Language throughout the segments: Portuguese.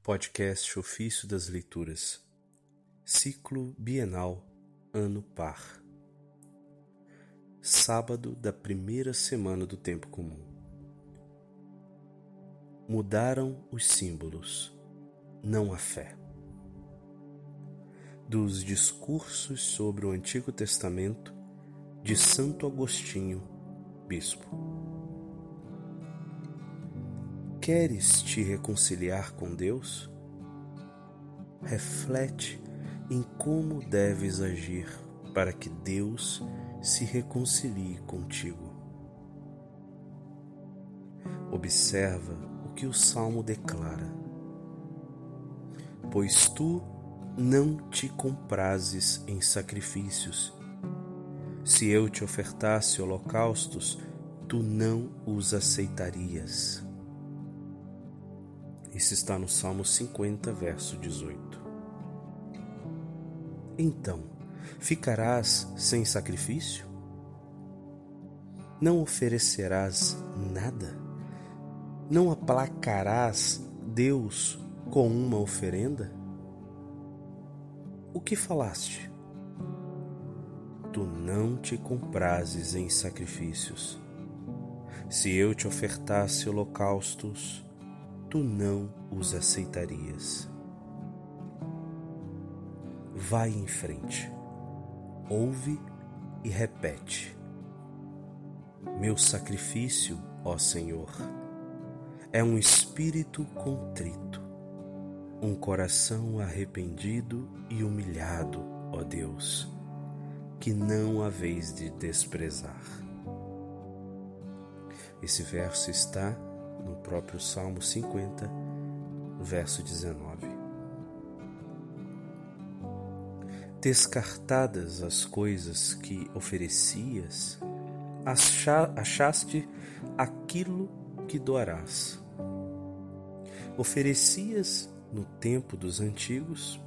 Podcast Ofício das Leituras, Ciclo Bienal, Ano Par. Sábado da primeira semana do Tempo Comum. Mudaram os símbolos, não a fé. Dos Discursos sobre o Antigo Testamento, de Santo Agostinho, Bispo. Queres te reconciliar com Deus? Reflete em como deves agir para que Deus se reconcilie contigo. Observa o que o Salmo declara. Pois tu não te comprazes em sacrifícios. Se eu te ofertasse holocaustos, tu não os aceitarias. Isso está no Salmo 50, verso 18. Então, ficarás sem sacrifício? Não oferecerás nada? Não aplacarás Deus com uma oferenda? O que falaste? Tu não te comprazes em sacrifícios. Se eu te ofertasse holocaustos, tu não os aceitarias. Vai em frente, ouve e repete. Meu sacrifício, ó Senhor, é um espírito contrito, um coração arrependido e humilhado, ó Deus, que não haveis de desprezar. Esse verso está no próprio Salmo 50, verso 19. Descartadas as coisas que oferecias, achaste aquilo que doarás. Oferecias no tempo dos antigos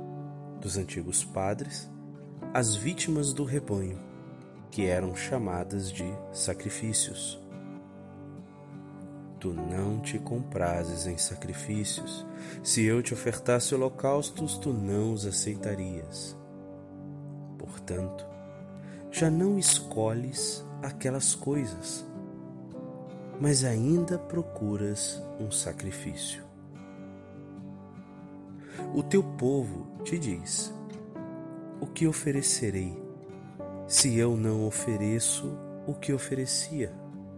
padres, as vítimas do rebanho, que eram chamadas de sacrifícios. Tu não te comprazes em sacrifícios. Se eu te ofertasse holocaustos, tu não os aceitarias. Portanto, já não escolhes aquelas coisas, mas ainda procuras um sacrifício. O teu povo te diz: o que oferecerei, se eu não ofereço o que oferecia?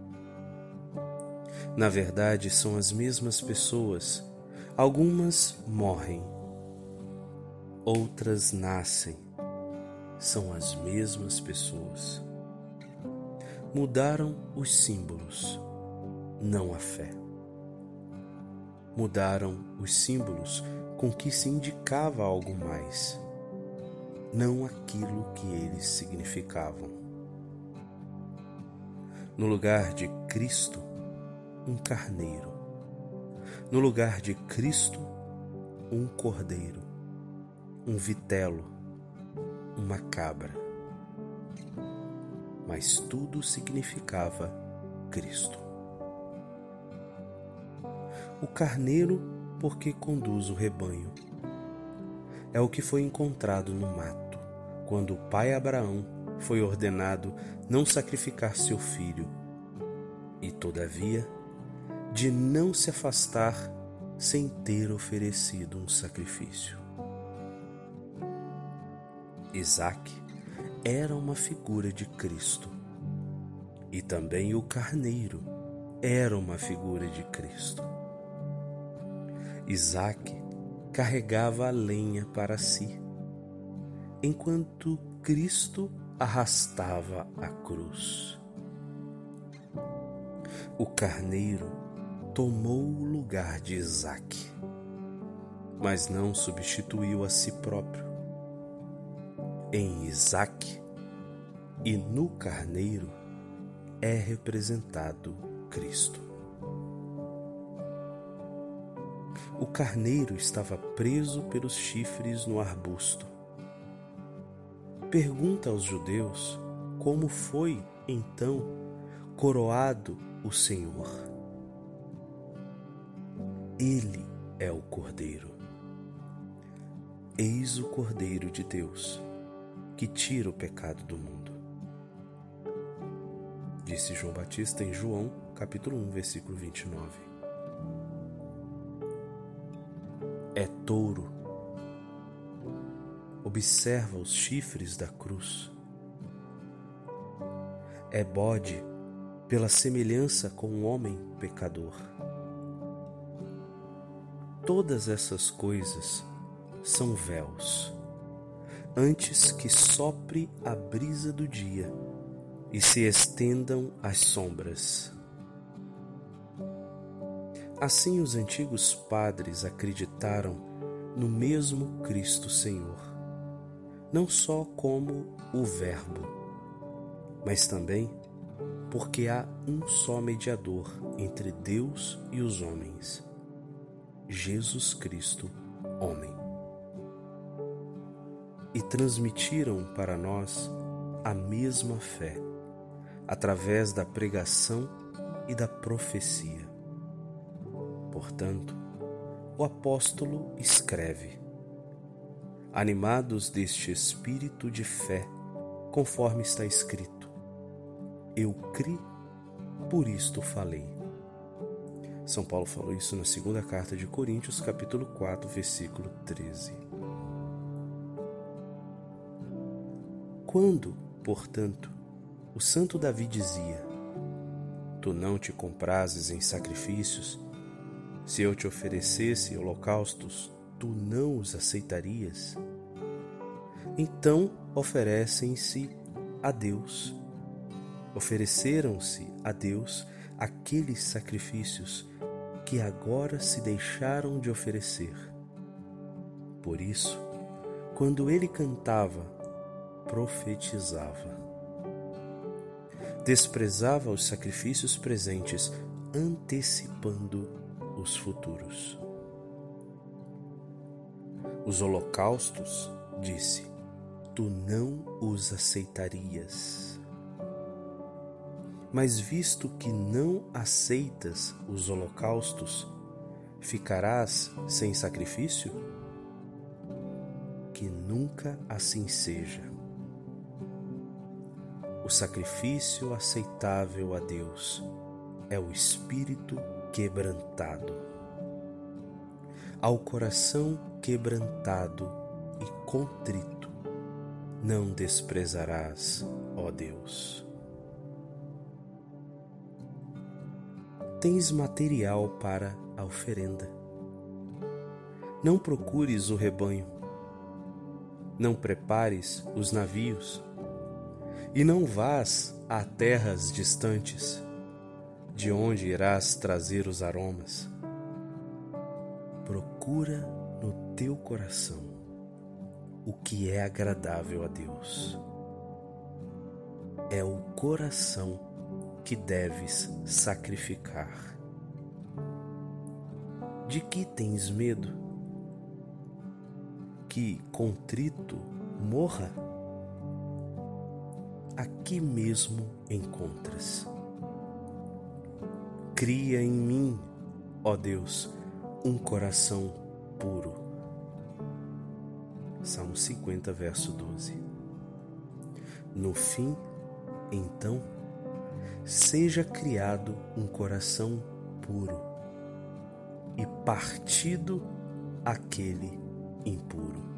Na verdade, são as mesmas pessoas. Algumas morrem, outras nascem. São as mesmas pessoas. Mudaram os símbolos, não a fé. Mudaram os símbolos com que se indicava algo mais, não aquilo que eles significavam. No lugar de Cristo, um carneiro. No lugar de Cristo, um cordeiro, um vitelo, uma cabra. Mas tudo significava Cristo. O carneiro, porque conduz o rebanho. É o que foi encontrado no mato, quando o pai Abraão foi ordenado não sacrificar seu filho, e todavia, de não se afastar sem ter oferecido um sacrifício. Isaque era uma figura de Cristo, e também o carneiro era uma figura de Cristo. Isaque carregava a lenha para si, enquanto Cristo arrastava a cruz. O carneiro tomou o lugar de Isaque, mas não substituiu a si próprio. Em Isaque e no carneiro é representado Cristo. O carneiro estava preso pelos chifres no arbusto. Pergunta aos judeus como foi, então, coroado o Senhor. Ele é o Cordeiro. Eis o Cordeiro de Deus, que tira o pecado do mundo. Disse João Batista em João, capítulo 1, versículo 29. É touro. Observa os chifres da cruz. É bode pela semelhança com o homem pecador. Todas essas coisas são véus, antes que sopre a brisa do dia e se estendam as sombras. Assim os antigos padres acreditaram no mesmo Cristo Senhor, não só como o Verbo, mas também porque há um só mediador entre Deus e os homens, Jesus Cristo, homem. E transmitiram para nós a mesma fé, através da pregação e da profecia. Portanto, o apóstolo escreve: animados deste espírito de fé, conforme está escrito: eu criei, por isto falei. São Paulo falou isso na segunda carta de Coríntios, capítulo 4, versículo 13. Quando, portanto, o santo Davi dizia: tu não te comprases em sacrifícios, se eu te oferecesse holocaustos, tu não os aceitarias? Então ofereceram-se a Deus aqueles sacrifícios que agora se deixaram de oferecer. Por isso, quando ele cantava, profetizava. Desprezava os sacrifícios presentes, antecipando os futuros. Os holocaustos, disse, tu não os aceitarias. Mas visto que não aceitas os holocaustos, ficarás sem sacrifício? Que nunca assim seja. O sacrifício aceitável a Deus é o espírito quebrantado. Ao coração quebrantado e contrito, não desprezarás, ó Deus. Tens material para a oferenda. Não procures o rebanho, não prepares os navios, e não vás a terras distantes, de onde irás trazer os aromas. Procura no teu coração o que é agradável a Deus. É o coração que deves sacrificar. De que tens medo? Que contrito morra? Aqui mesmo encontras. Cria em mim, ó Deus, um coração puro. Salmo 50, verso 12. No fim, então, seja criado um coração puro e partido aquele impuro.